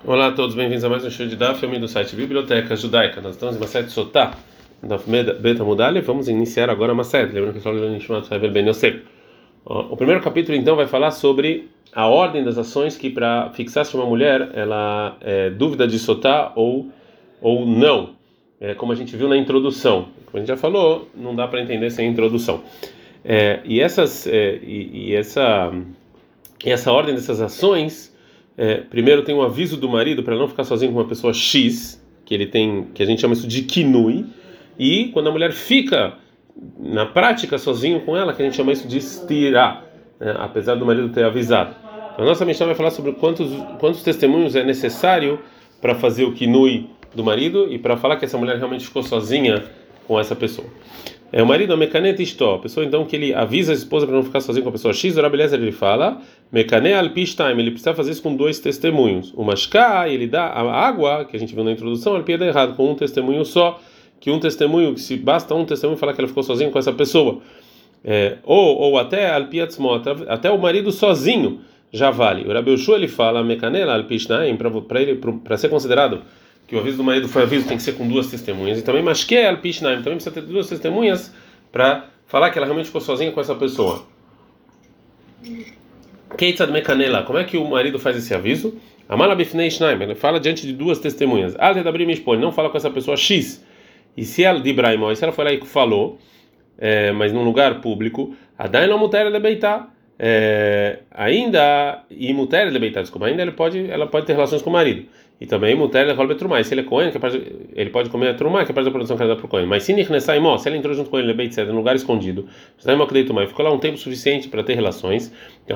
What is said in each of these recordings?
Olá a todos, bem-vindos a mais um show de Daf, filme do site Biblioteca Judaica. Nós estamos em Maset Sotá, Daf Beta Mudale. Vamos iniciar agora a Maset. Lembrando que falamos de Nishmat Hevel Ben Yosef. O primeiro capítulo então vai falar sobre a ordem das ações que para fixar se uma mulher ela é dúvida de Sotá ou não. Como a gente viu na introdução. Como a gente já falou, não dá para entender sem introdução. Essa ordem dessas ações. Primeiro tem um aviso do marido para não ficar sozinho com uma pessoa X, que a gente chama isso de kinui, e quando a mulher fica na prática sozinho com ela, que a gente chama isso de estirá, apesar do marido ter avisado. Então, a nossa Mishnah vai falar sobre quantos testemunhos é necessário para fazer o kinui do marido e para falar que essa mulher realmente ficou sozinha com essa pessoa. O marido é mecaneta istó, a pessoa então que ele avisa a esposa para não ficar sozinho com a pessoa X, o Rabi Eliezer ele fala, mecane alpishtaim, ele precisa fazer isso com dois testemunhos. O mashká, ele dá a água, que a gente viu na introdução, ele pede errado, com um testemunho só, que se basta um testemunho falar que ela ficou sozinha com essa pessoa. Ou até alpiatzmot, até o marido sozinho já vale. O Rabi Yoshua ele fala, mecane alpishtaim, para ser considerado que o aviso do marido foi aviso, tem que ser com duas testemunhas. E também, mas que é alpishnaim, também precisa ter duas testemunhas para falar que ela realmente ficou sozinha com essa pessoa. Keitzad mekanela, como é que o marido faz esse aviso? Amala bifnei shnaim, ele fala diante de duas testemunhas. Al tedabri mishpol, não fala com essa pessoa X. E se ela de Ibrahim, se ela foi lá e falou, mas num lugar público, adain lo muter lebeitar. Ainda ela pode ter relações com o marido. E também muter ele rola trumá. Se ele é cohen, ele pode comer a trumá, que é parte da produção que ela dá para o cohen. Mas se ela entrou junto com ele no lugar escondido, ficou lá um tempo suficiente para ter relações.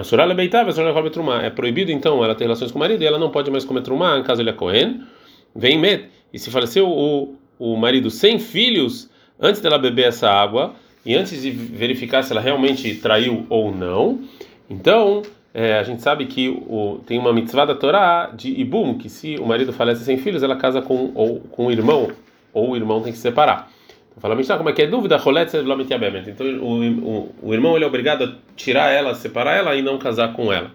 É proibido então ela ter relações com o marido e ela não pode mais comer trumá, caso ele é cohen. Vem met. E se faleceu o marido sem filhos antes dela beber essa água e antes de verificar se ela realmente traiu ou não, então a gente sabe que tem uma mitzvah da Torá de ibum, que se o marido falece sem filhos, ela casa com o irmão, ou o irmão tem que se separar. Então fala, Mishnah, como é que é dúvida? Então o irmão ele é obrigado a tirar ela, separar ela e não casar com ela.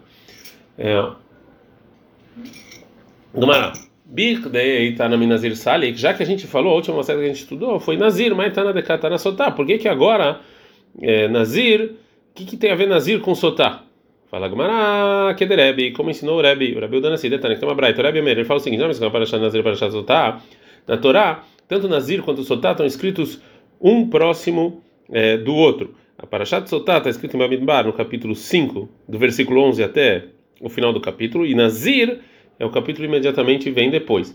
Já que a gente falou, a última série que a gente estudou foi Nazir, mas está na Sotá. Por que agora Nazir, o que tem a ver Nazir com Sotá? Fala Gmará, que Rebbe, como ensinou o Rebbe Udanasi, que tem uma braita. O Rebbe ele fala o seguinte: não, mas para achar Nazir, para achar Sotá, na Torá, tanto Nazir quanto Sotá estão escritos um próximo do outro. A Parashat Sotá está escrito em Bamidbar, no capítulo 5, do versículo 11 até o final do capítulo, e Nazir é o capítulo imediatamente vem depois.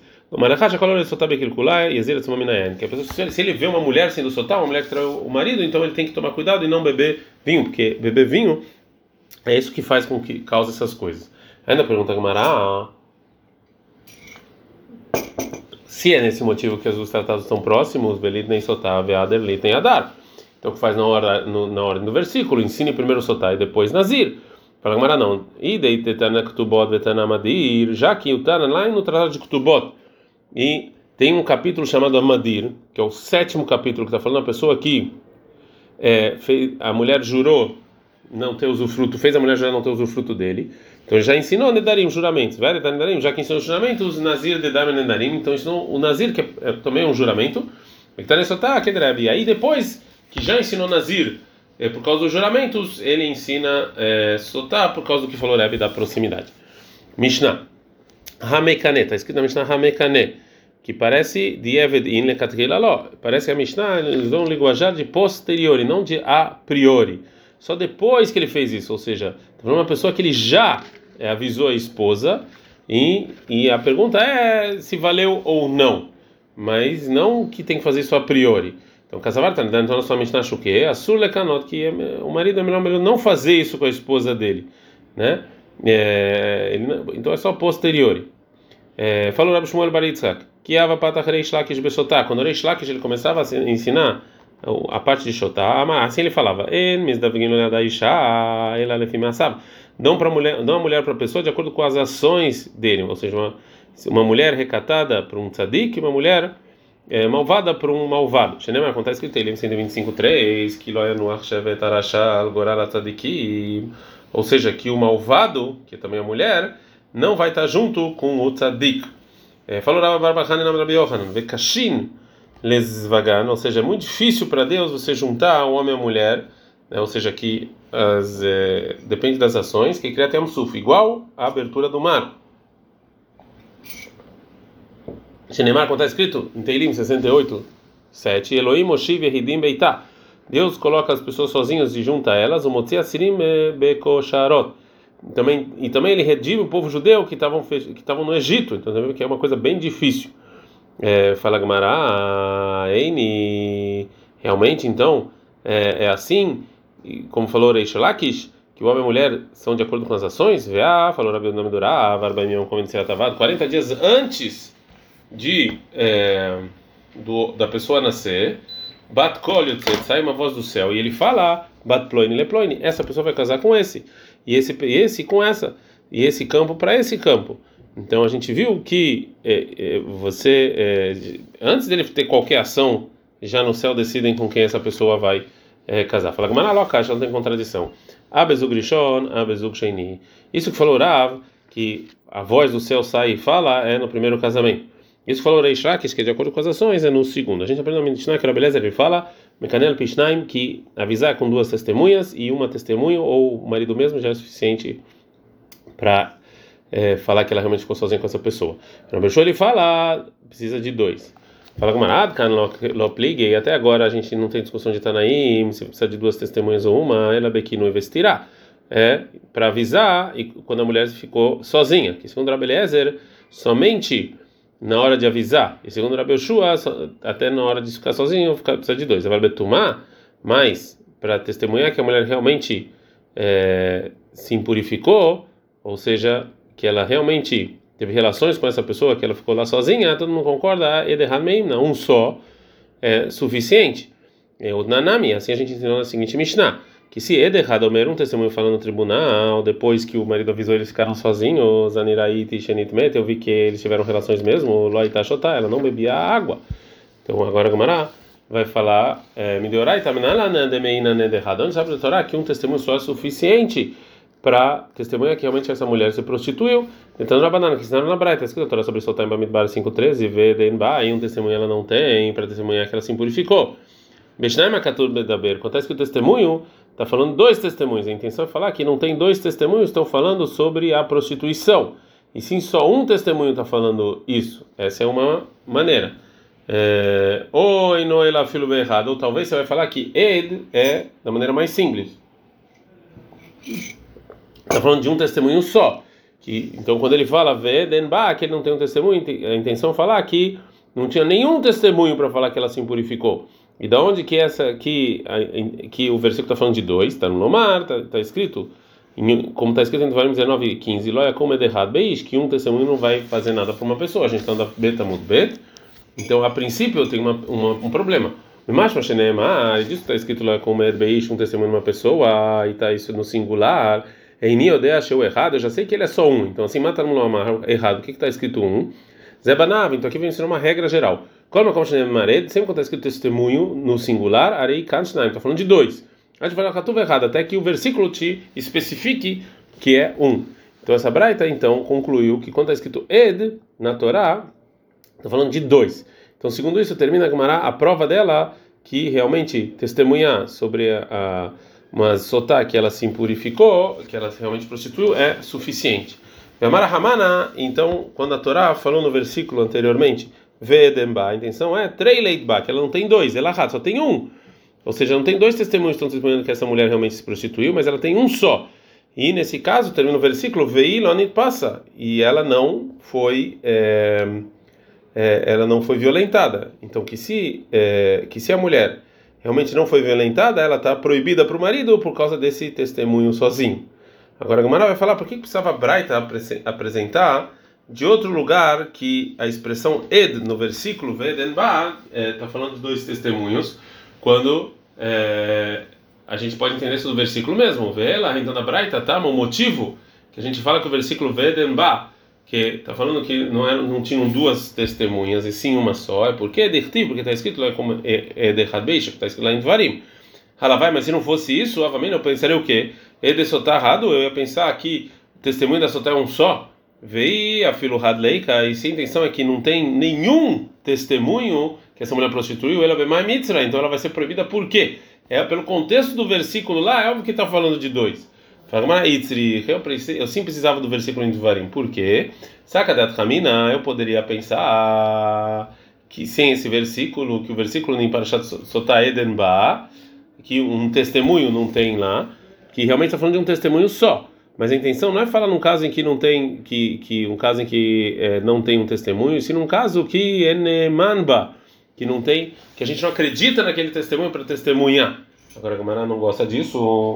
Se ele vê uma mulher sendo Sotá, uma mulher que traiu o marido, então ele tem que tomar cuidado e não beber vinho, porque beber vinho é isso que faz com que cause essas coisas. Ainda pergunta Gamara, se é nesse motivo que os tratados estão próximos, Belit nem Sotá, Veader, Lit nem Adar. Então o que faz na ordem do versículo, ensine primeiro Sotá e depois Nazir. Fala Gamara não. E daí Tetana Ktubot Vetana Madir, já que o Tana lá no tratado de Ktubot, e tem um capítulo chamado Amadir, que é o 7º capítulo que está falando a pessoa que a mulher jurou não ter usufruto, fez a mulher jurar não ter usufruto dele. Então ele já ensinou Nedarim, juramentos. Já que ensinou juramentos, Nazir Dedam Nedarim, então ensinou o Nazir, que também é um juramento. E aí depois que já ensinou Nazir por causa dos juramentos, ele ensina Sotá por causa do que falou Rebbe da proximidade. Mishnah Hamekane, está escrito na Mishnah Hamekane, que parece de Eved in Lekatrilalo. Parece que a Mishnah eles vão linguajar de posteriori, não de a priori. Só depois que ele fez isso, ou seja, uma pessoa que ele já avisou a esposa e a pergunta é se valeu ou não, mas não que tem que fazer isso a priori. Então, Casavar está dando então na sua Mishnah Shuké, a Surlekanot, que o marido é melhor não fazer isso com a esposa dele, né? Então é só posteriori. Falou Rabi Shmuel Bar Yitzhak, que Ava Patach Reish Lakish Besotá, quando o Reish Lakish ele começava a ensinar a parte de Shotá, assim ele falava: dão a mulher para a pessoa de acordo com as ações dele, ou seja, uma mulher recatada para um tzadik e uma mulher malvada para um malvado. Acontece que ele 125:3 que ou seja, que o malvado, que também é a mulher, não vai estar junto com o tzadik. Falou Rav bar bar Hanina Rabi Yochanan, vekashin lezvagan, ou seja, é muito difícil para Deus você juntar o homem e a mulher, né? Ou seja, que depende das ações, que cria até suf, igual a abertura do mar. Shenemar, como está escrito em Teilim 68, 7, Elohim Moshiv Yehidim Beitá. Deus coloca as pessoas sozinhas e junta elas, o Motzi Asirim Bekosharot. E também ele redime o povo judeu que estavam no Egito, então também que é uma coisa bem difícil. Fala Gemara, Eini, realmente então é assim, como falou Reish Lakish, que o homem e a mulher são de acordo com as ações. Falou Rabi Nami Durá, Varbaimion Comencei 40 dias antes da pessoa nascer, Bat Kol Yotzet, sai uma voz do céu e ele fala Bat Ploini Leploini, essa pessoa vai casar com esse e esse com essa e esse campo para esse campo. Então a gente viu que antes dele ter qualquer ação, já no céu decidem com quem essa pessoa vai casar. Fala que Manaloka, já não tem contradição. Abezug Rishon, Abezug Sheini. Isso que falou Rav, que a voz do céu sai e fala, é no primeiro casamento. Isso que falou Reish Lakish, que é de acordo com as ações, é no segundo. A gente aprende no Mishnah que a beleza ele fala, Mekanel Pishnaim, que avisar com duas testemunhas e uma testemunha ou o marido mesmo já é suficiente para falar que ela realmente ficou sozinha com essa pessoa. O Rabbi ele fala, precisa de dois. Fala com Marad, Kan Lopligue, e até agora a gente não tem discussão de Tanaim, se precisa de duas testemunhas ou uma, ela Bekinu investirá. Para avisar e quando a mulher ficou sozinha, que segundo o Rabbi Eliezer, somente na hora de avisar, e segundo o Rabbi Yoshua, até na hora de ficar sozinho, precisa de dois. Vai betumar, mas para testemunhar que a mulher realmente se impurificou, ou seja, que ela realmente teve relações com essa pessoa, que ela ficou lá sozinha, todo mundo concorda, não, um só é suficiente. O Nanami, assim a gente ensinou na seguinte Mishnah, que se Ederhad Omer, um testemunho falando no tribunal, depois que o marido avisou eles ficaram sozinhos, Anirait e Shenit Met, eu vi que eles tiveram relações mesmo, Loita Shotá, ela não bebia água. Então agora a Gemara vai falar, Mideorai Taminala Nandemeina Nederhad, onde sabe a Torá que um testemunho só é suficiente para testemunhar que realmente essa mulher se prostituiu. Então na banana que ensinaram na Braita, escrito a Torá sobre Soltar em Bamidbar 5:13, Vedenba, aí um testemunho ela não tem para testemunhar que ela se impurificou. Beshnaim Makatur Bedaber, acontece que o testemunho está falando dois testemunhos. A intenção é falar que não tem dois testemunhos, estão falando sobre a prostituição. E sim, só um testemunho está falando isso. Essa é uma maneira. Ou ela filo errado, ou talvez você vai falar que Ed é da maneira mais simples. Está falando de um testemunho só. Então, quando ele fala Vedenba, que ele não tem um testemunho, a intenção é falar que não tinha nenhum testemunho para falar que ela se impurificou. E da onde que que o versículo está falando de dois? Está no Lomar, está escrito, como está escrito em Devarim 19:15, Loia como é errado, Beish, que um testemunho não vai fazer nada para uma pessoa. A gente está no Betamut Bet, então a princípio eu tenho um problema. Mas disso está escrito Loia como é Beish, um testemunho de uma pessoa, e está isso no singular. Em Niodea achou errado, eu já sei que ele é só um. Então assim, mata no Lomar errado. O que está escrito um? Zebanav, então aqui vem ensinar uma regra geral. Sempre quando está escrito testemunho no singular, Arei Kanshnaim, está falando de dois. A gente vai falar tudo errado, até que o versículo te especifique que é um. Então essa Braita então concluiu que quando está escrito Ed na Torá, está falando de dois. Então segundo isso termina a Gemara, a prova dela que realmente testemunhar sobre uma sotá que ela se impurificou, que ela realmente prostituiu, é suficiente. Gamara Hamana, então quando a Torá falou no versículo anteriormente Vedemba, a intenção é Treileitba, que ela não tem dois, ela só tem um. Ou seja, não tem dois testemunhos que estão testemunhando que essa mulher realmente se prostituiu, mas ela tem um só. E nesse caso, termina o versículo, Veilonit passa, e ela não foi violentada. Então, que se a mulher realmente não foi violentada, ela está proibida para o marido por causa desse testemunho sozinho. Agora a Gemara vai falar por que precisava a Braita apresentar de outro lugar que a expressão Ed no versículo Vedenba está falando de dois testemunhos, quando a gente pode entender isso do versículo mesmo. Vê lá, então na Braita tá o motivo que a gente fala que o versículo Vedenba, que está falando que não tinham duas testemunhas e sim uma só, porque está escrito lá como Ederhad Beish, que está escrito lá em Devarim. Halavai, mas se não fosse isso, eu pensaria o quê? Ede Sotar errado, eu ia pensar que o testemunho da Sotar é um só. veio a filo hadleika, e se a intenção é que não tem nenhum testemunho que essa mulher prostituiu, ela vai mais mitzra, então ela vai ser proibida por quê? É pelo contexto do versículo lá, é óbvio que está falando de dois. Eu sim precisava do versículo em Devarim, por quê? Sakadat Hamina, eu poderia pensar que sem esse versículo, que o versículo em Parashat Sotah Eden Ba, que um testemunho não tem lá, que realmente está falando de um testemunho só. Mas a intenção não é falar num caso em que não tem um caso em que não tem um testemunho, sim num caso que é manba, que não tem, que a gente não acredita naquele testemunho para testemunhar. Agora a Gemara não gosta disso.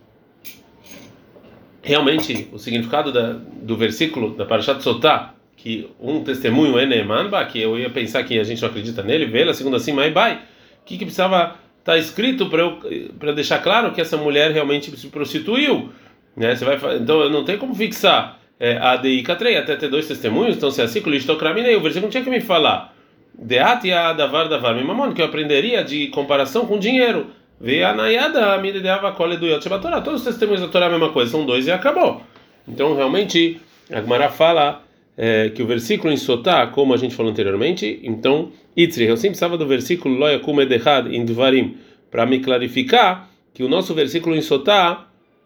Realmente o significado do versículo da Parashat Sotah, que um testemunho é manba, que eu ia pensar que a gente não acredita nele, vê-la, segundo assim, mas vai. O que precisava estar escrito para deixar claro que essa mulher realmente se prostituiu? Né? Então não tem como fixar a DI Katrei até ter dois testemunhos. Então se é assim, o versículo não tinha que me falar Deat ya davar davar mimamon, que eu aprenderia de comparação com dinheiro. Vê a nayada a mideava cole do yot Torá. Todos os testemunhos da Torá é a mesma coisa, são dois e acabou. Então realmente a Gemara fala que o versículo em Sotah, como a gente falou anteriormente, então Itzri, eu sempre precisava do versículo Lo yakum edechad in Dvarim para me clarificar que o nosso versículo em Sotah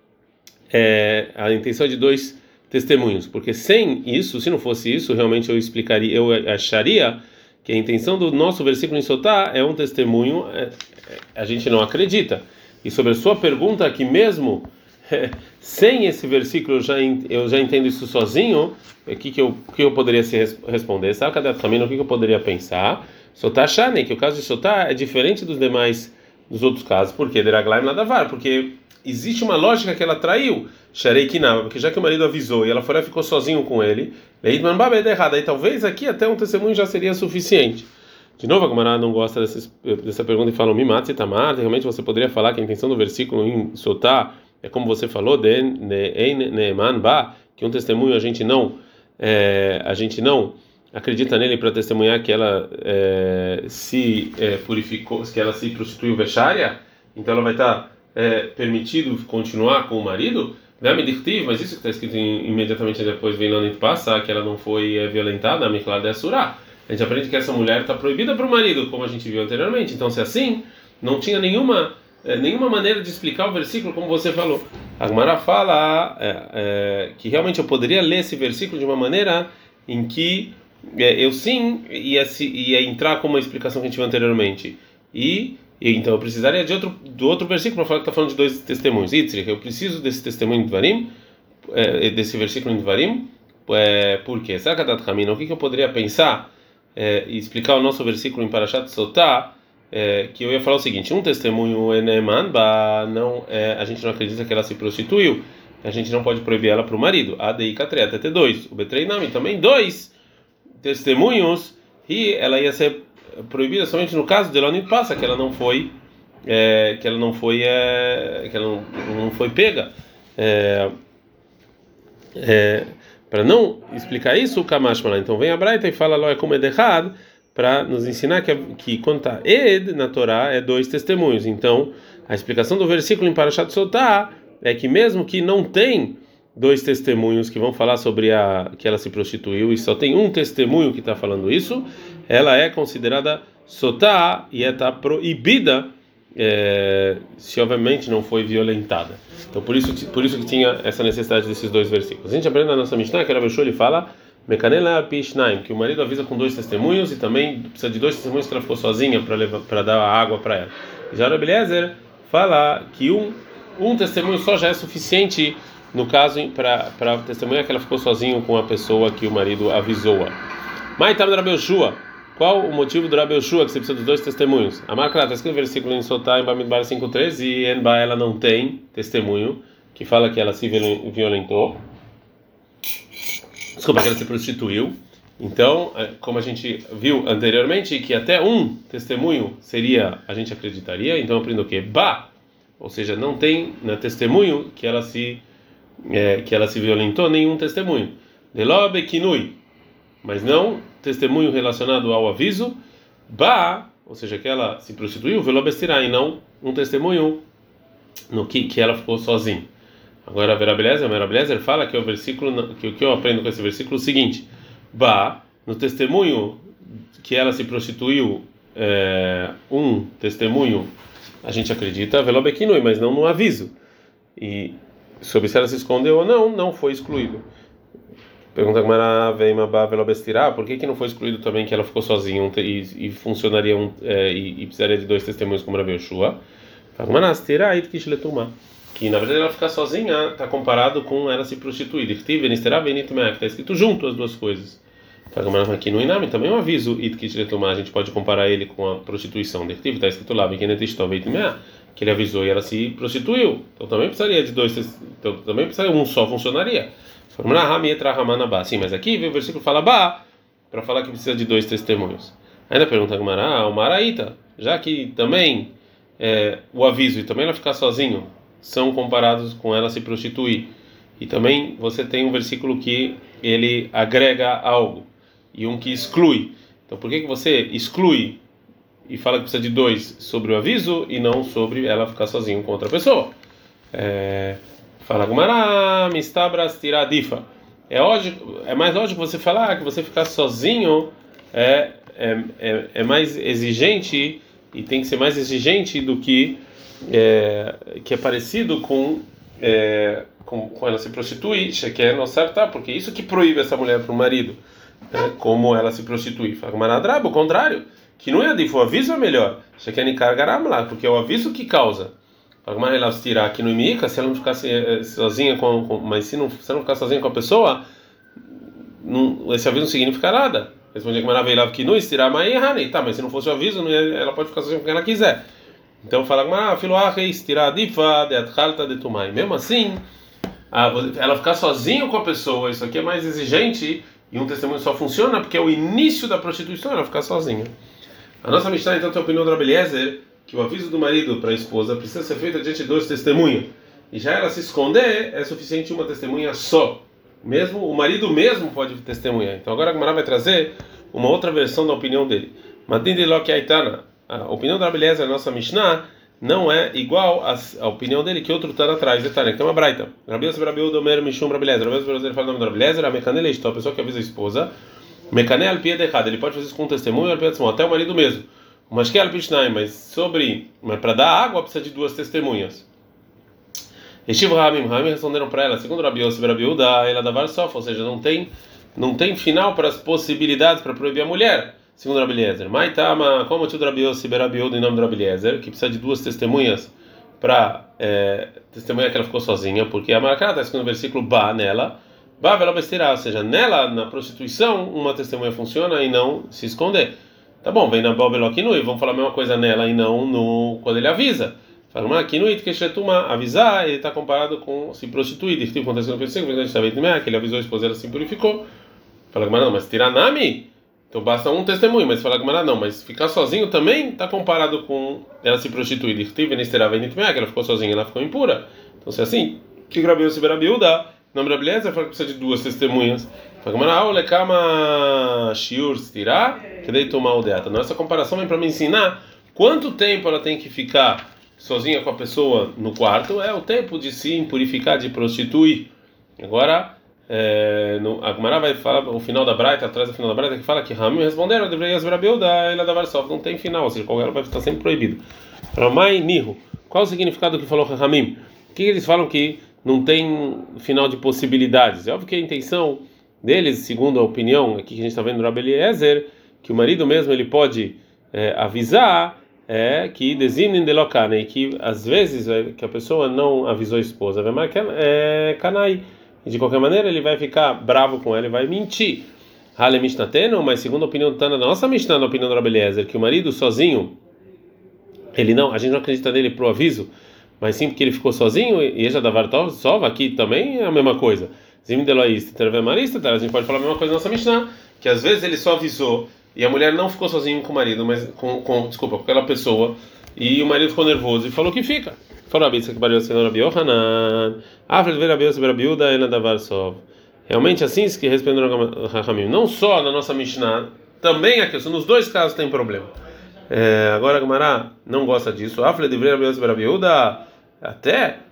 a intenção de dois testemunhos, porque sem isso, se não fosse isso, realmente eu acharia que a intenção do nosso versículo em Sotah é um testemunho, a gente não acredita. E sobre a sua pergunta aqui mesmo, sem esse versículo eu já entendo isso sozinho, o que eu poderia responder? Sabe, cadê também o que eu poderia pensar? Sotah Shane, que o caso de Sotah é diferente dos outros casos, porque Deraglaim Ladavar, porque existe uma lógica que ela traiu, porque já que o marido avisou e ela foi lá e ficou sozinho com ele, aí talvez aqui até um testemunho já seria suficiente. De novo, a Gemara não gosta dessa pergunta e fala: Mimat e Tamar, realmente você poderia falar que a intenção do versículo em Sotah é como você falou, que um testemunho a gente não acredita nele para testemunhar que ela se purificou, que ela se prostituiu vexária, então ela vai estar permitido continuar com o marido, mas isso que está escrito imediatamente depois vem lá no passa que ela não foi violentada, a gente aprende que essa mulher está proibida para o marido, como a gente viu anteriormente. Então, se é assim, não tinha nenhuma maneira de explicar o versículo como você falou. A Gemara fala que realmente eu poderia ler esse versículo de uma maneira em que eu sim ia entrar como a explicação que a gente viu anteriormente. E então eu precisaria do outro versículo para falar que está falando de dois testemunhos. Itzri, eu preciso desse testemunho de Dvarim, desse versículo em Dvarim, por quê? Sakadat Hamina, o que eu poderia pensar e explicar o nosso versículo em Parashat Sotah, que eu ia falar o seguinte: um testemunho a gente não acredita que ela se prostituiu, a gente não pode proibir ela para o marido. ADI Katrei, até ter dois. O Betreinami também dois testemunhos, e ela ia ser proibida somente no caso de ela não passa, que ela não foi pega. Para não explicar isso, o Kamashmala, então vem a Braita e fala Lo como errado para nos ensinar que quando está Ed na Torá é dois testemunhos. Então a explicação do versículo em Parashat Sotah é que mesmo que não tem dois testemunhos que vão falar sobre que ela se prostituiu e só tem um testemunho que está falando isso, ela é considerada Sotah e está proibida se obviamente não foi violentada. Então por isso que tinha essa necessidade desses dois versículos. A gente aprende na nossa Mishnah que Rabi Shua ele fala Mekanela Pishnaim, que o marido avisa com dois testemunhos e também precisa de dois testemunhos que ela ficou sozinha para dar a água para ela. Já Rabi Eliezer fala que um testemunho só já é suficiente no caso para testemunhar que ela ficou sozinha com a pessoa que o marido avisou-a. Mas tá Rabi Yoshua, qual o motivo do Rabi Yoshua que você precisa dos dois testemunhos? A marca está escrito no versículo em Sotah em Bamidbar 5:13 e Enba ela não tem testemunho que fala que ela se violentou. Desculpa, que ela se prostituiu. Então, como a gente viu anteriormente, que até um testemunho a gente acreditaria. Então eu aprendo o quê? Ou seja, não tem testemunho que ela se violentou, nenhum testemunho. Delobe kinui, mas não testemunho relacionado ao aviso. Ou seja, que ela se prostituiu, velobe estirai, não um testemunho no que ela ficou sozinha. Agora, Verabelezer fala que é o versículo que o que eu aprendo com esse versículo é o seguinte: Bah, no testemunho que ela se prostituiu, um testemunho a gente acredita, velobequinui, mas não no aviso. E sobre se ela se escondeu ou não, não foi excluído. Pergunta Gamara, vem Mabá velobestirá, por que não foi excluído também que ela ficou sozinha e funcionaria e precisaria de dois testemunhos como Rabi Yoshua? Que na verdade ela ficar sozinha está comparado com ela se prostituir. Que está escrito junto as duas coisas. Aqui no Inami também é um aviso, a gente pode comparar ele com a prostituição. Está escrito lá, que ele avisou e ela se prostituiu. Então também precisaria de dois, então também precisaria um só funcionaria. Sim, mas aqui vem o versículo fala Ba para falar que precisa de dois testemunhos. Ainda pergunta Gamara, o Maraíta, já que também o aviso e também ela ficar sozinho são comparados com ela se prostituir. E também você tem um versículo que ele agrega algo e um que exclui. Então por que você exclui e fala que precisa de dois sobre o aviso e não sobre ela ficar sozinho com outra pessoa? Fala Gumara, mistabras tiradifa. É mais lógico você falar que você ficar sozinho é mais exigente e tem que ser mais exigente do que é parecido com ela se prostituir, que é não certa, porque isso que proíbe essa mulher para o marido, como ela se prostituir. Fala Gumara, o contrário, que não é adif, o aviso é melhor. Porque é o aviso que causa. Ela se tirar aqui no Imica, se ela não ficar sozinha mas se você não ficar sozinha com a pessoa, esse aviso não significa nada. Responde que maravilha que não estirar mais tá, mas se não fosse o aviso, ela pode ficar sozinha com quem ela quiser. Então fala mesmo assim, ela ficar sozinha com a pessoa, isso aqui é mais exigente e um testemunho só funciona porque é o início da prostituição, ela ficar sozinha. A nossa Mishnah então tem a opinião do Rabbi Eliezer que o aviso do marido para a esposa precisa ser feito diante de dois testemunhas. E já ela se esconder, é suficiente uma testemunha só. Mesmo o marido mesmo pode testemunhar. Então agora a Gemara vai trazer uma outra versão da opinião dele. A opinião do Rabbi Eliezer, a nossa Mishnah, não é igual à opinião dele que outro Tana atrás. Detalhe, tem uma braita. Rabbi Omer Mishum Rabbi Eliezer. Rabbi Eliezer fala o nome do Rabbi Eliezer, a mecanele isto, a pessoa que avisa a esposa. Mecané al pie de errado. Ele pode fazer isso com um testemunho, até o marido mesmo. Mas que mas para dar água precisa de duas testemunhas. Estiv Ramim responderam para ela, segundo Rabi Yossi Rabi Uda, ela dava sof, ou seja, não tem final para as possibilidades para proibir a mulher, segundo Rabi Eliezer. Maitama, como o tio do Rabi Yossi Rabi Uda em nome do Rabi Eliezer, que precisa de duas testemunhas para testemunhar que ela ficou sozinha, porque a maracá está escrito no versículo Ba nela, Ba vela besteira, ou seja, nela na prostituição uma testemunha funciona e não se esconder. Tá bom, vem na Balbelokinu e vamos falar a mesma coisa nela e não quando ele avisa. Fala, aqui no avisar, ele está comparado com se prostituir. Que aconteceu no versículo, que ele avisou a esposa, ela se purificou. Fala, não, mas tirar nami, então basta um testemunho. Mas fala, não, mas ficar sozinho também está comparado com ela se prostituir. Que ela ficou sozinha, ela ficou impura. Então, se é assim, que gravei o Siberabiúda, nome da beleza, fala que precisa de duas testemunhas. Nossa comparação vem para me ensinar quanto tempo ela tem que ficar sozinha com a pessoa no quarto, é o tempo de se impurificar, de prostituir. Agora, a Gemara vai falar o final da Braita, atrás do final da Braita, que fala que Ramim responderam, deveria ela dar só, não tem final, ou seja, qualquer vai estar sempre proibido. Ramai Nihu, qual o significado do que falou Ramim? O que eles falam que não tem final de possibilidades? É óbvio que a intenção deles, segundo a opinião aqui que a gente está vendo do Rabbi Eliezer, que o marido mesmo ele pode avisar que desinem de locane, que às vezes que a pessoa não avisou a esposa, vai marcar canai, e de qualquer maneira ele vai ficar bravo com ela e vai mentir. Hale Mishnateno, mas segundo a opinião da nossa Mishnah, na opinião do Rabbi Eliezer, que o marido sozinho, a gente não acredita nele pro aviso, mas sim porque ele ficou sozinho e já da Vartov, aqui também é a mesma coisa. Zim Deloísta, a gente pode falar a mesma coisa na nossa Mishnah, que às vezes ele só avisou e a mulher não ficou sozinha com o marido, mas com aquela pessoa, e o marido ficou nervoso e falou que fica. Falou Rabi Tzak Bar Yossi Rabi Yohanan, Rabi Yossi Rabi Uda ela davar sov. Realmente assim se que responderam Rahamim, não só na nossa Mishnah, também aqui, nos dois casos tem problema. Agora a Gemara não gosta disso. Rabi Yossi Rabi Uda, até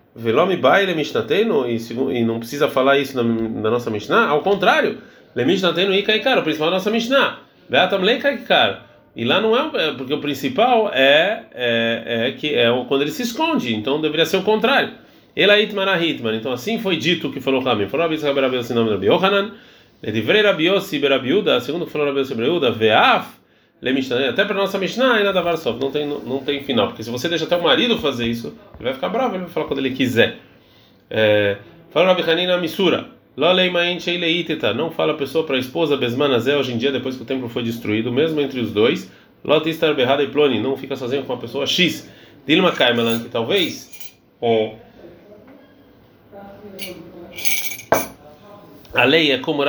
Velomi baile mishnateno, e não precisa falar isso na nossa Mishnah, ao contrário, le mishnateno e kaikar, o principal da nossa Mishnah, beatam lei kaikar, e lá não porque o principal quando ele se esconde, então deveria ser o contrário. Ela itmana hitman, então assim foi dito que falou Rabi, falou Rabi Yossi nome Rabi Yohanan, ledivrei Rabi Yossi Rabi Yehuda, segundo que falou Rabi Yossi Rabi Yehuda, veaf le mishnah, até para nossa Mishnah ainda dá varsov, não tem final, porque se você deixa até o marido fazer isso, ele vai ficar bravo, ele vai falar quando ele quiser. Fala Rabi Hanina Misura, lo leimain sheileiteta, não fala a pessoa para a esposa besmanazé hoje em dia depois que o templo foi destruído, mesmo entre os dois, lo tistar berrada e ploni, não fica sozinho com uma pessoa X, dilma kaimelan, que talvez a lei é como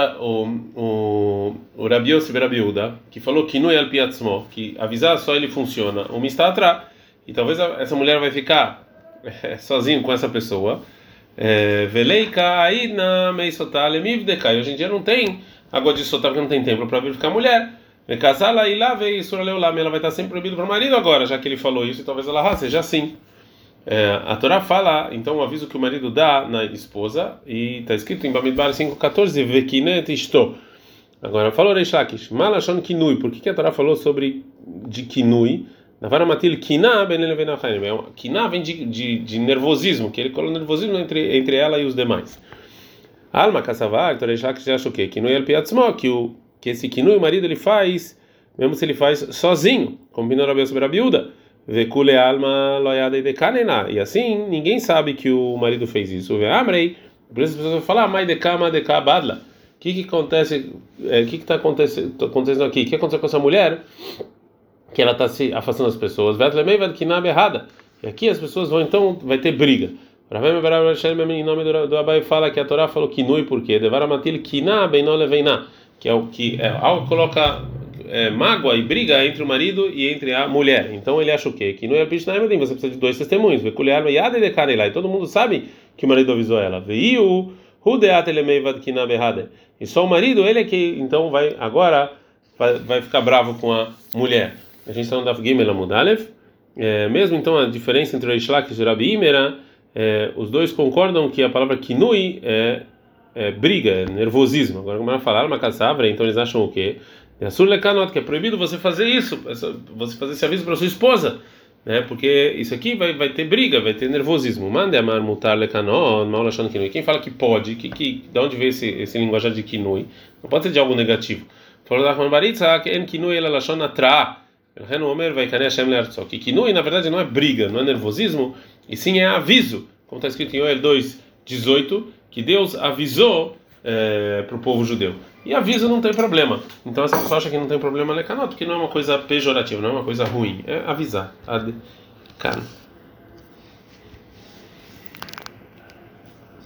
o Rabi Yossi Rabi Yehuda, que falou que no al piatzmo, que avisar só ele funciona, o mistatra, e talvez essa mulher vai ficar sozinho com essa pessoa. Veleika aidna meisotá lemivdekai. Hoje em dia não tem água de sotá porque não tem templo para verificar a mulher. Casá-la e lá veio suraleulam, ela vai estar sempre proibida para o marido agora, já que ele falou isso, e talvez ela seja assim. A Torá fala, então, o aviso que o marido dá na esposa, e está escrito em Bamidbar 5:14, Vekinet isto. Agora, falou Reish Lakish, Malashon Kinui, por que a Torá falou sobre de Kinui? Navaramatil Kiná ben Levenachayim. Kiná vem de nervosismo, que ele coloca nervosismo entre ela e os demais. Alma Kassavar, então Reish Lakish acha o quê? Kinui el Piatzmo, que esse Kinui o marido ele faz, mesmo se ele faz sozinho, combina Rabi Yossi Rabi Yehuda. Vekule alma loyada e dekanena, e assim ninguém sabe que o marido fez isso. Amrei, por isso as pessoas vão falar, mai dekama dekabadla. O que acontece? O que está acontecendo aqui? O que aconteceu com essa mulher? Que ela está se afastando das pessoas. Vetlemei vadkinab errada. E aqui as pessoas vai ter briga. Em nome do Abai fala que a Torá falou kinui porque devaramatil kiná beinó leveiná, que é o que algo coloca mágoa e briga entre o marido e entre a mulher. Então ele acha o quê? Que não é Bishnaim, você precisa de dois testemunhos. E todo mundo sabe que o marido avisou ela. E só o marido, ele é que então vai ficar bravo com a mulher. A gente está no Daf Gimel Amud Aleph. Mesmo então a diferença entre o Reish Lakish e o Rabi Imera, os dois concordam que a palavra kinui é briga, é nervosismo. Agora como ela falar uma caçabra, então eles acham o quê? Que é proibido você fazer isso, você fazer esse aviso para sua esposa, né? Porque isso aqui vai ter briga, vai ter nervosismo. Mande amar mutar lekanot, mal achando kinui. Quem fala que pode, de onde veio esse linguajar de kinui? Não pode ser de algo negativo. Falou da Baritza que en kinui ela lashon atra. El Omer vai kanei Hashem le'artzo. Que kinui na verdade não é briga, não é nervosismo, e sim é aviso. Como está escrito em Yoel 2:18, que Deus avisou para o povo judeu. E aviso não tem problema. Então essa pessoa acha que não tem problema lecanot, porque não é uma coisa pejorativa, não é uma coisa ruim. É avisar. Ad,